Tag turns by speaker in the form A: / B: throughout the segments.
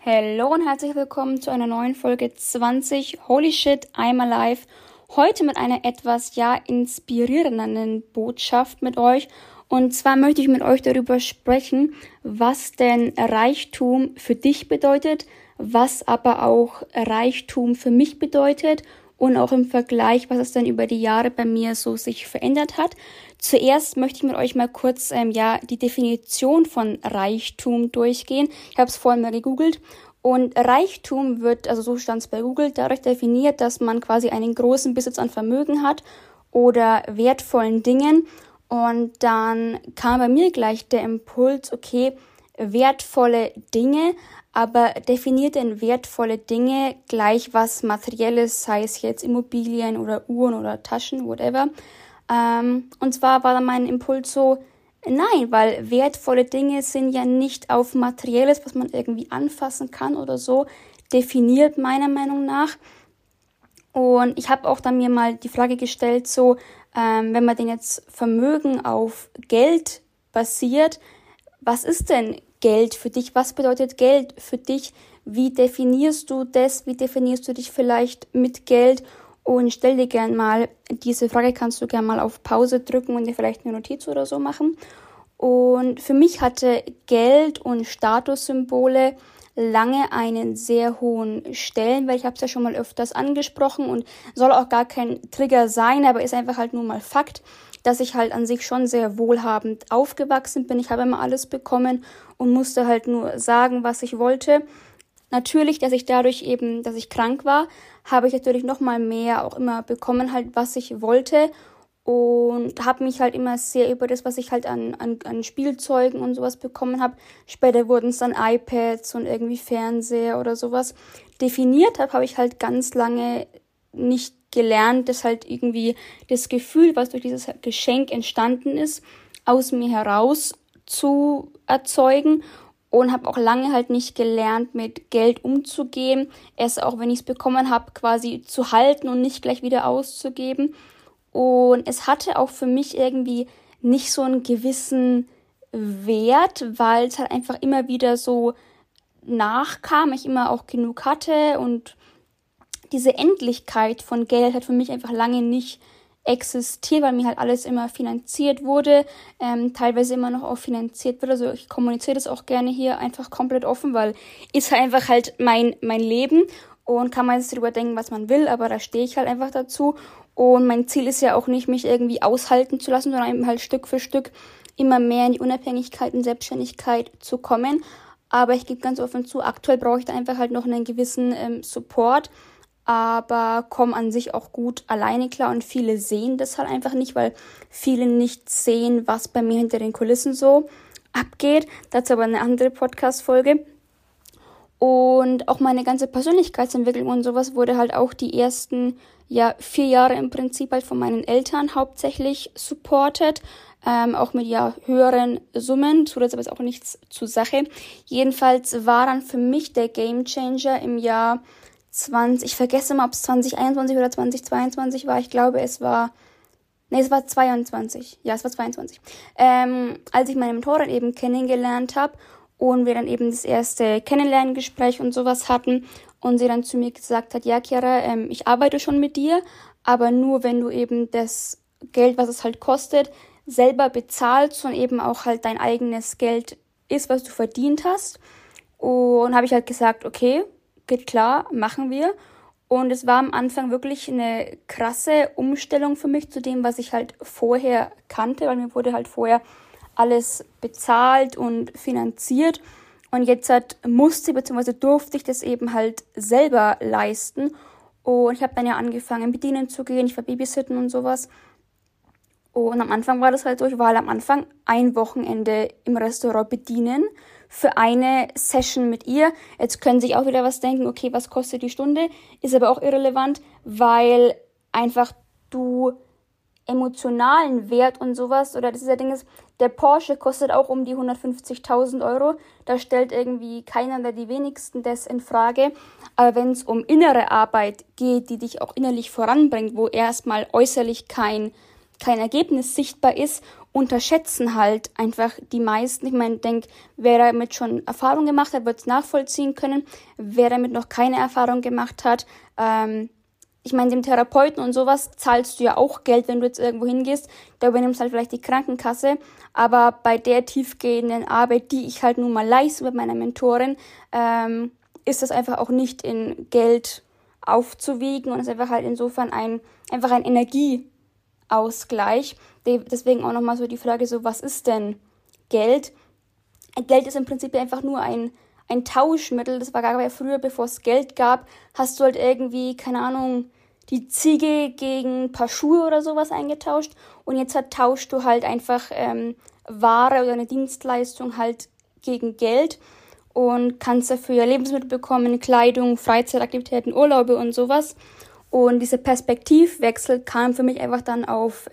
A: Hallo und herzlich willkommen zu einer neuen Folge 20 Holy Shit, I'm Alive. Heute mit einer etwas, inspirierenden Botschaft mit euch. Und zwar möchte ich mit euch darüber sprechen, was denn Reichtum für dich bedeutet, was aber auch Reichtum für mich bedeutet und auch im Vergleich, was es denn über die Jahre bei mir so sich verändert hat. Zuerst möchte ich mit euch mal kurz die Definition von Reichtum durchgehen. Ich habe es vorhin mal gegoogelt und Reichtum wird, also so stand es bei Google, dadurch definiert, dass man quasi einen großen Besitz an Vermögen hat oder wertvollen Dingen. Und dann kam bei mir gleich der Impuls, okay, wertvolle Dinge, aber definiert denn wertvolle Dinge gleich was Materielles, sei es jetzt Immobilien oder Uhren oder Taschen, whatever. Und zwar war dann mein Impuls so, nein, weil wertvolle Dinge sind ja nicht auf Materielles, was man irgendwie anfassen kann oder so, definiert meiner Meinung nach. Und ich habe auch dann mir mal die Frage gestellt, so, wenn man denn jetzt Vermögen auf Geld basiert, was ist denn Geld für dich? Was bedeutet Geld für dich? Wie definierst du das? Wie definierst du dich vielleicht mit Geld? Und stell dir gern mal diese Frage, kannst du gern mal auf Pause drücken und dir vielleicht eine Notiz oder so machen. Und für mich hatte Geld und Statussymbole lange einen sehr hohen Stellenwert. Ich habe es ja schon mal öfters angesprochen und soll auch gar kein Trigger sein, aber ist einfach halt nur mal Fakt, dass ich halt an sich schon sehr wohlhabend aufgewachsen bin. Ich habe immer alles bekommen und musste halt nur sagen, was ich wollte. Natürlich, dass ich dadurch eben, dass ich krank war, habe ich natürlich noch mal mehr auch immer bekommen, halt was ich wollte und habe mich halt immer sehr über das, was ich halt an Spielzeugen und sowas bekommen habe. Später wurden es dann iPads und irgendwie Fernseher oder sowas definiert habe ich halt ganz lange nicht gelernt, dass halt irgendwie das Gefühl, was durch dieses Geschenk entstanden ist, aus mir heraus zu erzeugen. Und habe auch lange halt nicht gelernt, mit Geld umzugehen. Es auch, wenn ich es bekommen habe, quasi zu halten und nicht gleich wieder auszugeben. Und es hatte auch für mich irgendwie nicht so einen gewissen Wert, weil es halt einfach immer wieder so nachkam, ich immer auch genug hatte. Und diese Endlichkeit von Geld hat für mich einfach lange nicht existiert, weil mir halt alles immer finanziert wurde, teilweise immer noch auch finanziert wird. Also ich kommuniziere das auch gerne hier einfach komplett offen, weil ist halt einfach halt mein Leben und kann man jetzt darüber denken, was man will, aber da stehe ich halt einfach dazu. Und mein Ziel ist ja auch nicht, mich irgendwie aushalten zu lassen, sondern eben halt Stück für Stück immer mehr in die Unabhängigkeit und Selbstständigkeit zu kommen. Aber ich gebe ganz offen zu, aktuell brauche ich da einfach halt noch einen gewissen Support, aber komme an sich auch gut alleine klar und viele sehen das halt einfach nicht, weil viele nicht sehen, was bei mir hinter den Kulissen so abgeht. Dazu aber eine andere Podcast-Folge. Und auch meine ganze Persönlichkeitsentwicklung und sowas wurde halt auch die ersten 4 Jahre im Prinzip halt von meinen Eltern hauptsächlich supported, auch mit höheren Summen, tut jetzt aber auch nichts zur Sache. Jedenfalls war dann für mich der Gamechanger im Jahr ich vergesse mal, ob es 2021 oder 2022 war. Ich glaube, es war 22. Ja, es war 22. Als ich meine Mentorin eben kennengelernt habe und wir dann eben das erste Kennenlerngespräch und sowas hatten und sie dann zu mir gesagt hat, ja, Chiara, ich arbeite schon mit dir, aber nur, wenn du eben das Geld, was es halt kostet, selber bezahlst und eben auch halt dein eigenes Geld ist, was du verdient hast. Und habe ich halt gesagt, okay, geht klar, machen wir. Und es war am Anfang wirklich eine krasse Umstellung für mich zu dem, was ich halt vorher kannte, weil mir wurde halt vorher alles bezahlt und finanziert. Und jetzt musste bzw. durfte ich das eben halt selber leisten. Und ich habe dann angefangen, bedienen zu gehen. Ich war Babysitten und sowas. Und am Anfang war das halt so, ich war halt am Anfang ein Wochenende im Restaurant bedienen für eine Session mit ihr. Jetzt können sich auch wieder was denken, okay, was kostet die Stunde? Ist aber auch irrelevant, weil einfach du emotionalen Wert und sowas, oder das ist ja Ding ist, der Porsche kostet auch um die 150.000 Euro. Da stellt irgendwie keiner oder die wenigsten das in Frage. Aber wenn es um innere Arbeit geht, die dich auch innerlich voranbringt, wo erstmal äußerlich kein Ergebnis sichtbar ist unterschätzen halt einfach die meisten. Ich meine, wer damit schon Erfahrung gemacht hat, wird es nachvollziehen können. Wer damit noch keine Erfahrung gemacht hat, ich meine, dem Therapeuten und sowas zahlst du ja auch Geld, wenn du jetzt irgendwo hingehst. Da übernimmst halt vielleicht die Krankenkasse. Aber bei der tiefgehenden Arbeit, die ich halt nun mal leiste mit meiner Mentorin, ist das einfach auch nicht in Geld aufzuwiegen und ist einfach halt insofern einfach ein Energieausgleich. Deswegen auch nochmal so die Frage so, was ist denn Geld? Geld ist im Prinzip einfach nur ein Tauschmittel. Das war gar früher, bevor es Geld gab, hast du halt irgendwie, keine Ahnung, die Ziege gegen ein paar Schuhe oder sowas eingetauscht und jetzt tauscht du halt einfach Ware oder eine Dienstleistung halt gegen Geld und kannst dafür ja Lebensmittel bekommen, Kleidung, Freizeitaktivitäten, Urlaube und sowas. Und dieser Perspektivwechsel kam für mich einfach dann auf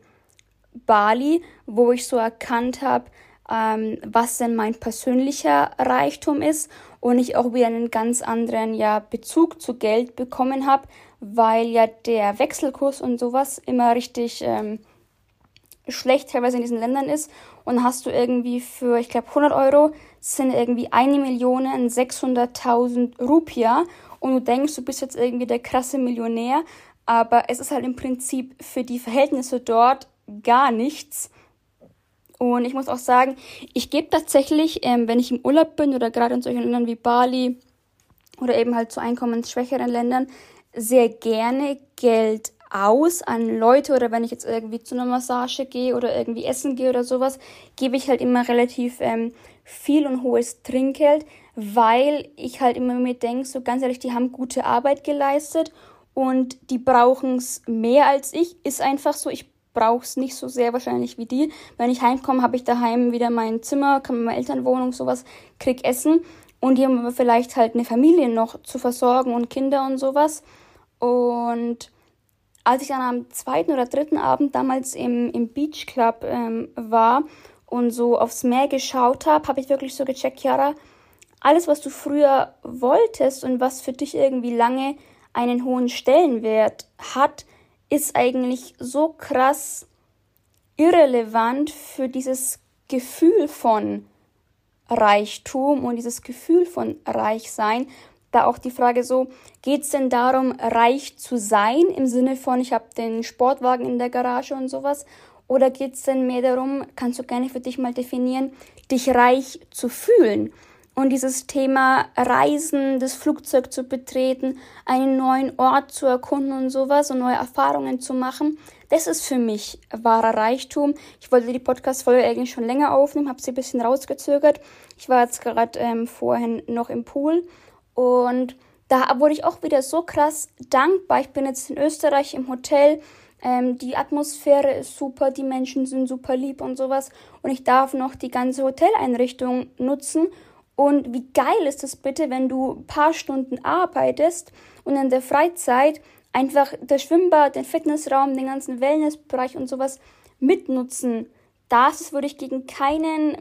A: Bali, wo ich so erkannt habe, was denn mein persönlicher Reichtum ist und ich auch wieder einen ganz anderen Bezug zu Geld bekommen habe, weil ja der Wechselkurs und sowas immer richtig schlecht teilweise in diesen Ländern ist und hast du irgendwie für, ich glaube 100 Euro sind irgendwie 1.600.000 Rupia und du denkst, du bist jetzt irgendwie der krasse Millionär, aber es ist halt im Prinzip für die Verhältnisse dort gar nichts. Und ich muss auch sagen, ich gebe tatsächlich, wenn ich im Urlaub bin oder gerade in solchen Ländern wie Bali oder eben halt zu einkommensschwächeren Ländern, sehr gerne Geld aus an Leute oder wenn ich jetzt irgendwie zu einer Massage gehe oder irgendwie essen gehe oder sowas, gebe ich halt immer relativ viel und hohes Trinkgeld, weil ich halt immer mir denke, so ganz ehrlich, die haben gute Arbeit geleistet und die brauchen es mehr als ich. Ist einfach so, ich brauche es nicht so sehr wahrscheinlich wie die. Wenn ich heimkomme, habe ich daheim wieder mein Zimmer, kann mit meiner Elternwohnung sowas, krieg Essen und die haben aber vielleicht halt eine Familie noch zu versorgen und Kinder und sowas. Und als ich dann am zweiten oder dritten Abend damals im Beach Club war und so aufs Meer geschaut habe, habe ich wirklich so gecheckt, Chiara, alles, was du früher wolltest und was für dich irgendwie lange einen hohen Stellenwert hat, ist eigentlich so krass irrelevant für dieses Gefühl von Reichtum und dieses Gefühl von Reichsein. Da auch die Frage so, geht es denn darum, reich zu sein, im Sinne von, ich habe den Sportwagen in der Garage und sowas, oder geht es denn mehr darum, kannst du gerne für dich mal definieren, dich reich zu fühlen? Und dieses Thema Reisen, das Flugzeug zu betreten, einen neuen Ort zu erkunden und sowas und neue Erfahrungen zu machen, das ist für mich wahrer Reichtum. Ich wollte die Podcast-Folge eigentlich schon länger aufnehmen, habe sie ein bisschen rausgezögert. Ich war jetzt gerade vorhin noch im Pool und da wurde ich auch wieder so krass dankbar. Ich bin jetzt in Österreich im Hotel. Die Atmosphäre ist super, die Menschen sind super lieb und sowas. Und ich darf noch die ganze Hoteleinrichtung nutzen. Und wie geil ist das bitte, wenn du ein paar Stunden arbeitest und in der Freizeit einfach das Schwimmbad, den Fitnessraum, den ganzen Wellnessbereich und sowas mitnutzen darfst. Das würde ich gegen keinen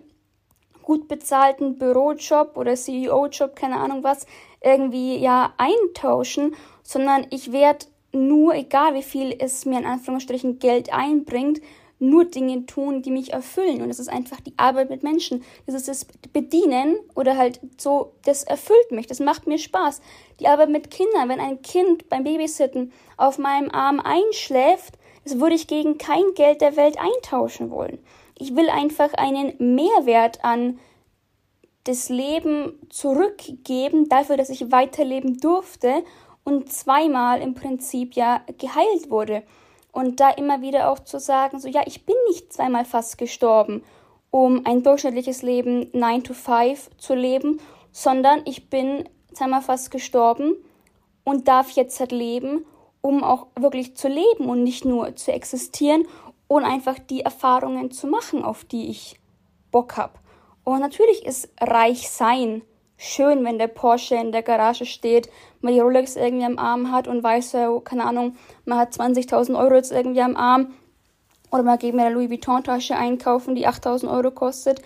A: gut bezahlten Bürojob oder CEO-Job, keine Ahnung was, irgendwie eintauschen, sondern ich werde nur, egal wie viel es mir in Anführungsstrichen Geld einbringt, nur Dinge tun, die mich erfüllen. Und das ist einfach die Arbeit mit Menschen. Das ist das Bedienen oder halt so, das erfüllt mich, das macht mir Spaß. Die Arbeit mit Kindern, wenn ein Kind beim Babysitten auf meinem Arm einschläft, das würde ich gegen kein Geld der Welt eintauschen wollen. Ich will einfach einen Mehrwert an das Leben zurückgeben, dafür, dass ich weiterleben durfte und zweimal im Prinzip geheilt wurde. Und da immer wieder auch zu sagen, so ich bin nicht zweimal fast gestorben, um ein durchschnittliches Leben 9 to 5 zu leben, sondern ich bin zweimal fast gestorben und darf jetzt halt leben, um auch wirklich zu leben und nicht nur zu existieren und einfach die Erfahrungen zu machen, auf die ich Bock habe. Und natürlich ist reich sein schön, wenn der Porsche in der Garage steht, man die Rolex irgendwie am Arm hat und weiß, keine Ahnung, man hat 20.000 Euro jetzt irgendwie am Arm oder man geht mit einer Louis Vuitton Tasche einkaufen, die 8.000 Euro kostet.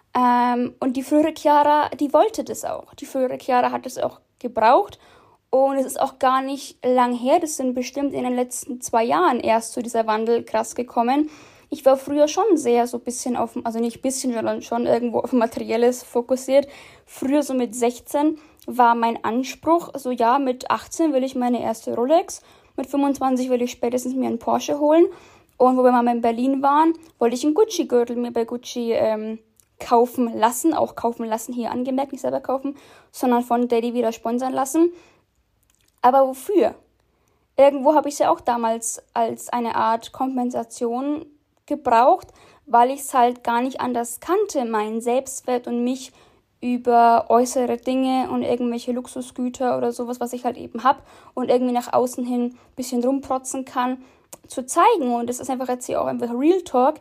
A: Und die frühere Chiara, die wollte das auch. Die frühere Chiara hat es auch gebraucht und es ist auch gar nicht lang her, das sind bestimmt in den letzten 2 Jahren erst so dieser Wandel krass gekommen. ich war früher schon sehr so ein bisschen also nicht ein bisschen, sondern schon irgendwo auf Materielles fokussiert. Früher so mit 16 war mein Anspruch, so ja, mit 18 will ich meine erste Rolex, mit 25 will ich spätestens mir einen Porsche holen. Und wo wir mal in Berlin waren, wollte ich einen Gucci-Gürtel mir bei Gucci kaufen lassen. Auch kaufen lassen, hier angemerkt, nicht selber kaufen, sondern von Daddy wieder sponsern lassen. Aber wofür? Irgendwo habe ich es ja auch damals als eine Art Kompensation gebraucht, weil ich es halt gar nicht anders kannte, meinen Selbstwert und mich über äußere Dinge und irgendwelche Luxusgüter oder sowas, was ich halt eben habe und irgendwie nach außen hin ein bisschen rumprotzen kann, zu zeigen. Und das ist einfach jetzt hier auch einfach Real Talk.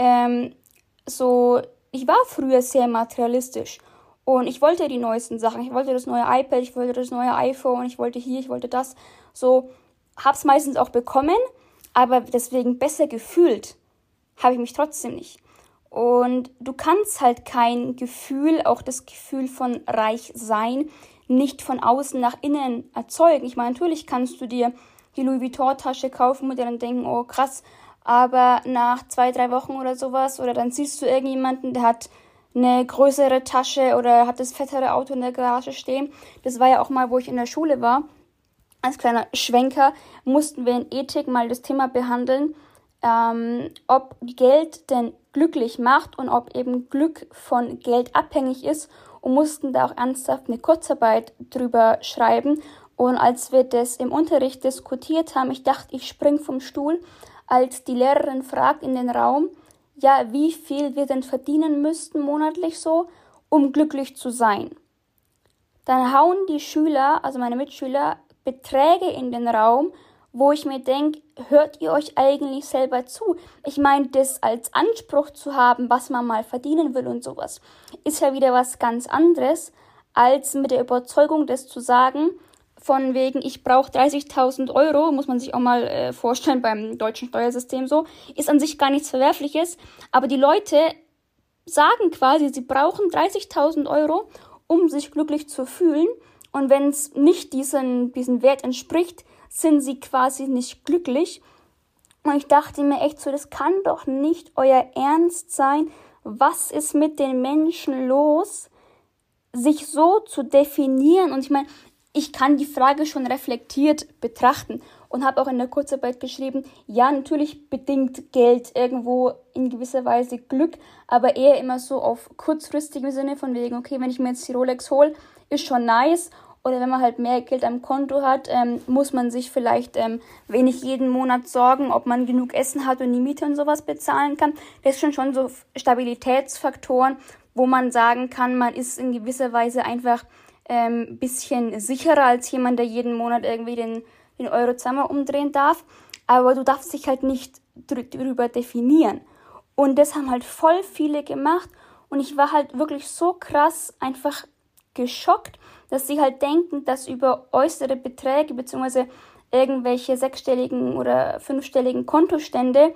A: Ich war früher sehr materialistisch und ich wollte die neuesten Sachen. Ich wollte das neue iPad, ich wollte das neue iPhone, ich wollte das. So, hab's meistens auch bekommen, aber deswegen besser gefühlt habe ich mich trotzdem nicht. Und du kannst halt kein Gefühl, auch das Gefühl von reich sein, nicht von außen nach innen erzeugen. Ich meine, natürlich kannst du dir die Louis Vuitton-Tasche kaufen und dir dann denken, oh krass, aber nach 2-3 Wochen oder sowas, oder dann siehst du irgendjemanden, der hat eine größere Tasche oder hat das fettere Auto in der Garage stehen. Das war ja auch mal, wo ich in der Schule war. Als kleiner Schwenker mussten wir in Ethik mal das Thema behandeln, ob Geld denn glücklich macht und ob eben Glück von Geld abhängig ist, und mussten da auch ernsthaft eine Kurzarbeit drüber schreiben. Und als wir das im Unterricht diskutiert haben, ich dachte, ich spring vom Stuhl, als die Lehrerin fragt in den Raum, ja, wie viel wir denn verdienen müssten monatlich so, um glücklich zu sein. Dann hauen die Schüler, also meine Mitschüler, Beträge in den Raum, wo ich mir denke, hört ihr euch eigentlich selber zu? Ich meine, das als Anspruch zu haben, was man mal verdienen will und sowas, ist ja wieder was ganz anderes, als mit der Überzeugung, das zu sagen, von wegen, ich brauche 30.000 Euro, muss man sich auch mal vorstellen beim deutschen Steuersystem so, ist an sich gar nichts Verwerfliches, aber die Leute sagen quasi, sie brauchen 30.000 Euro, um sich glücklich zu fühlen, und wenn es nicht diesen Wert entspricht, sind sie quasi nicht glücklich. Und ich dachte mir echt so, das kann doch nicht euer Ernst sein. Was ist mit den Menschen los, sich so zu definieren? Und ich meine, ich kann die Frage schon reflektiert betrachten und habe auch in der Kurzarbeit geschrieben, ja, natürlich bedingt Geld irgendwo in gewisser Weise Glück, aber eher immer so auf kurzfristigem Sinne, von wegen, okay, wenn ich mir jetzt die Rolex hole, ist schon nice. Oder wenn man halt mehr Geld am Konto hat, muss man sich vielleicht wenig jeden Monat sorgen, ob man genug Essen hat und die Miete und sowas bezahlen kann. Das sind schon so Stabilitätsfaktoren, wo man sagen kann, man ist in gewisser Weise einfach ein bisschen sicherer als jemand, der jeden Monat irgendwie den Euro zweimal umdrehen darf. Aber du darfst dich halt nicht drüber definieren. Und das haben halt voll viele gemacht. Und ich war halt wirklich so krass einfach geschockt, dass sie halt denken, dass über äußere Beträge bzw. irgendwelche sechsstelligen oder fünfstelligen Kontostände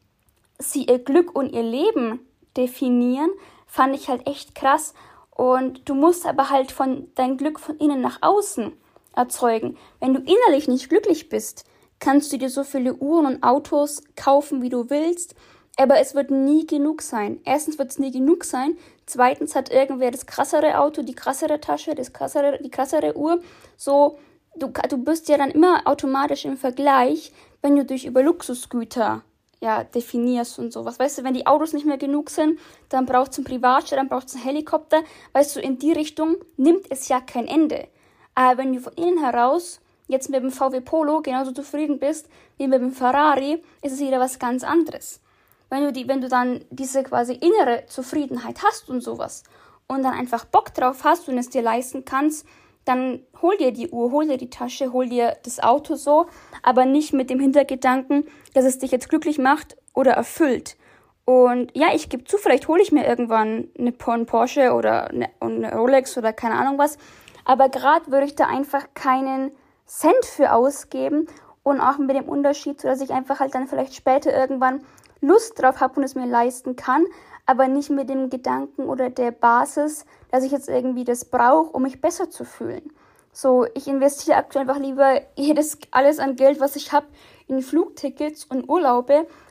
A: sie ihr Glück und ihr Leben definieren, fand ich halt echt krass. Und du musst aber halt dein Glück von innen nach außen erzeugen. Wenn du innerlich nicht glücklich bist, kannst du dir so viele Uhren und Autos kaufen, wie du willst, aber es wird nie genug sein. Erstens wird es nie genug sein. Zweitens hat irgendwer das krassere Auto, die krassere Tasche, die krassere Uhr. So, du bist ja dann immer automatisch im Vergleich, wenn du dich über Luxusgüter definierst und sowas. Weißt du, wenn die Autos nicht mehr genug sind, dann braucht es einen Privatjet, dann braucht es einen Helikopter. Weißt du, in die Richtung nimmt es ja kein Ende. Aber wenn du von innen heraus jetzt mit dem VW Polo genauso zufrieden bist wie mit dem Ferrari, ist es wieder was ganz anderes. Wenn du dann diese quasi innere Zufriedenheit hast und sowas und dann einfach Bock drauf hast und es dir leisten kannst, dann hol dir die Uhr, hol dir die Tasche, hol dir das Auto so, aber nicht mit dem Hintergedanken, dass es dich jetzt glücklich macht oder erfüllt. Und ja, ich gebe zu, vielleicht hole ich mir irgendwann eine Porsche oder eine Rolex oder keine Ahnung was, aber gerade würde ich da einfach keinen Cent für ausgeben, und auch mit dem Unterschied, dass ich einfach halt dann vielleicht später irgendwann Lust drauf habe und es mir leisten kann, aber nicht mit dem Gedanken oder der Basis, dass ich jetzt irgendwie das brauche, um mich besser zu fühlen. So, ich investiere aktuell einfach lieber alles an Geld, was ich habe, in Flugtickets und Urlaube,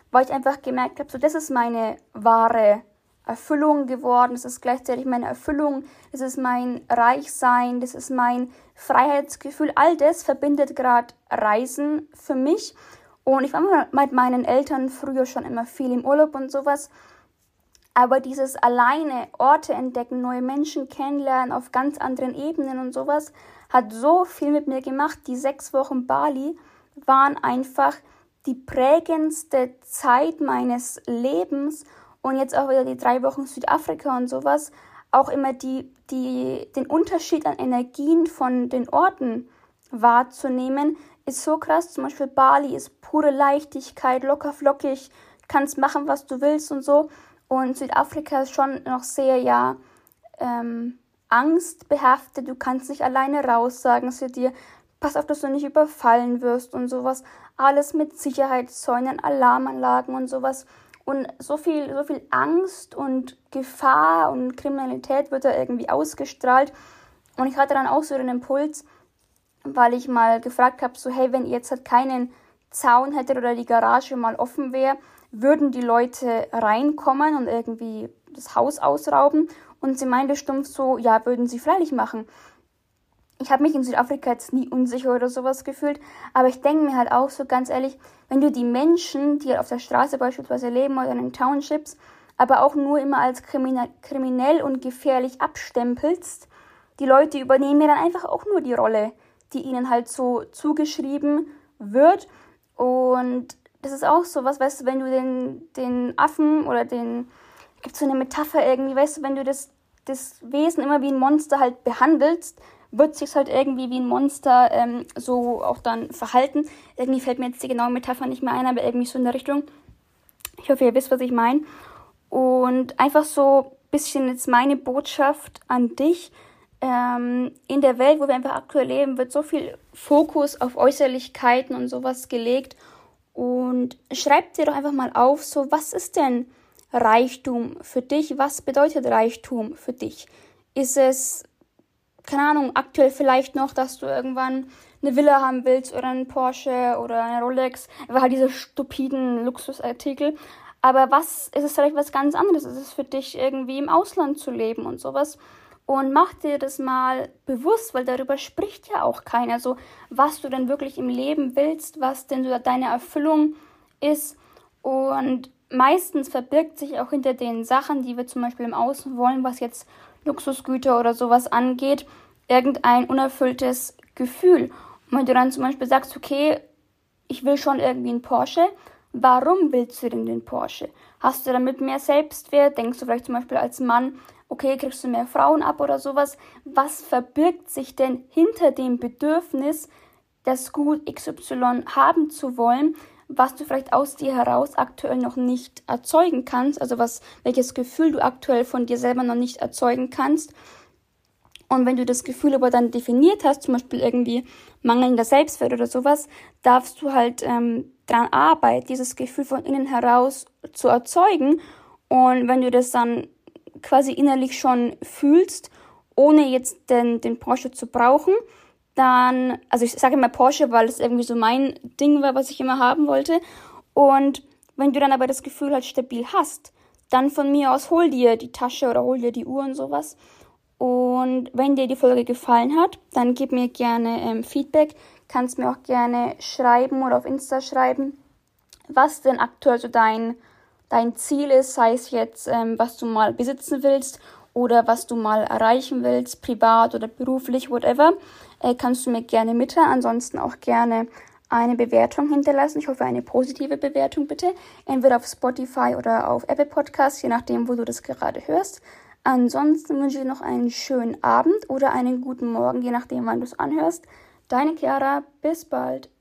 A: weil ich einfach gemerkt habe, so das ist meine wahre Erfüllung geworden, das ist gleichzeitig meine Erfüllung, das ist mein Reichsein, das ist mein Freiheitsgefühl, all das verbindet gerade Reisen für mich. Und ich war mit meinen Eltern früher schon immer viel im Urlaub und sowas, aber dieses alleine Orte entdecken, neue Menschen kennenlernen auf ganz anderen Ebenen und sowas, hat so viel mit mir gemacht. Die 6 Wochen Bali waren einfach die prägendste Zeit meines Lebens. Und jetzt auch wieder die 3 Wochen Südafrika und sowas, auch immer den Unterschied an Energien von den Orten wahrzunehmen, ist so krass. Zum Beispiel Bali ist pure Leichtigkeit, locker flockig, kannst machen, was du willst und so. Und Südafrika ist schon noch sehr, angstbehaftet. Du kannst nicht alleine raus, sagen sie dir. Pass auf, dass du nicht überfallen wirst und sowas. Alles mit Sicherheitszäunen, Alarmanlagen und sowas. Und so viel Angst und Gefahr und Kriminalität wird da irgendwie ausgestrahlt. Und ich hatte dann auch so den Impuls, weil ich mal gefragt habe, so hey, wenn ihr jetzt halt keinen Zaun hättet oder die Garage mal offen wäre, würden die Leute reinkommen und irgendwie das Haus ausrauben? Und sie meinte stumpf so, ja, würden sie freilich machen. Ich habe mich in Südafrika jetzt nie unsicher oder sowas gefühlt, aber ich denke mir halt auch so ganz ehrlich, wenn du die Menschen, die halt auf der Straße beispielsweise leben oder in den Townships, aber auch nur immer als kriminell und gefährlich abstempelst, die Leute übernehmen ja dann einfach auch nur die Rolle, die ihnen halt so zugeschrieben wird. Und das ist auch so was, weißt du, wenn du den Affen oder gibt so eine Metapher irgendwie, weißt du, wenn du das Wesen immer wie ein Monster halt behandelst, wird sich halt irgendwie wie ein Monster so auch dann verhalten. Irgendwie fällt mir jetzt die genaue Metapher nicht mehr ein, aber irgendwie so in der Richtung. Ich hoffe, ihr wisst, was ich meine. Und einfach so ein bisschen jetzt meine Botschaft an dich. In der Welt, wo wir einfach aktuell leben, wird so viel Fokus auf Äußerlichkeiten und sowas gelegt. Und schreib dir doch einfach mal auf, so was ist denn Reichtum für dich? Was bedeutet Reichtum für dich? Ist es, keine Ahnung, aktuell vielleicht noch, dass du irgendwann eine Villa haben willst oder einen Porsche oder eine Rolex, einfach halt diese stupiden Luxusartikel. Aber was ist es vielleicht was ganz anderes? Ist es für dich irgendwie im Ausland zu leben und sowas? Und mach dir das mal bewusst, weil darüber spricht ja auch keiner. So, was du denn wirklich im Leben willst, was denn so deine Erfüllung ist. Und meistens verbirgt sich auch hinter den Sachen, die wir zum Beispiel im Außen wollen, was jetzt Luxusgüter oder sowas angeht, irgendein unerfülltes Gefühl. Und wenn du dann zum Beispiel sagst, okay, ich will schon irgendwie einen Porsche, warum willst du denn den Porsche? Hast du damit mehr Selbstwert? Denkst du vielleicht zum Beispiel als Mann, okay, kriegst du mehr Frauen ab oder sowas? Was verbirgt sich denn hinter dem Bedürfnis, das Gut XY haben zu wollen, was du vielleicht aus dir heraus aktuell noch nicht erzeugen kannst? Also welches Gefühl du aktuell von dir selber noch nicht erzeugen kannst? Und wenn du das Gefühl aber dann definiert hast, zum Beispiel irgendwie mangelnder Selbstwert oder sowas, darfst du halt dran arbeiten, dieses Gefühl von innen heraus zu erzeugen. Und wenn du das dann quasi innerlich schon fühlst, ohne jetzt den Porsche zu brauchen, dann, also ich sage immer Porsche, weil es irgendwie so mein Ding war, was ich immer haben wollte. Und wenn du dann aber das Gefühl halt stabil hast, dann von mir aus hol dir die Tasche oder hol dir die Uhr und sowas. Und wenn dir die Folge gefallen hat, dann gib mir gerne Feedback. Kannst mir auch gerne schreiben oder auf Insta schreiben, was denn aktuell so dein Ziel ist, sei es jetzt, was du mal besitzen willst oder was du mal erreichen willst, privat oder beruflich, whatever, kannst du mir gerne mitteilen. Ansonsten auch gerne eine Bewertung hinterlassen. Ich hoffe, eine positive Bewertung bitte. Entweder auf Spotify oder auf Apple Podcasts, je nachdem, wo du das gerade hörst. Ansonsten wünsche ich dir noch einen schönen Abend oder einen guten Morgen, je nachdem, wann du es anhörst. Deine Chiara, bis bald.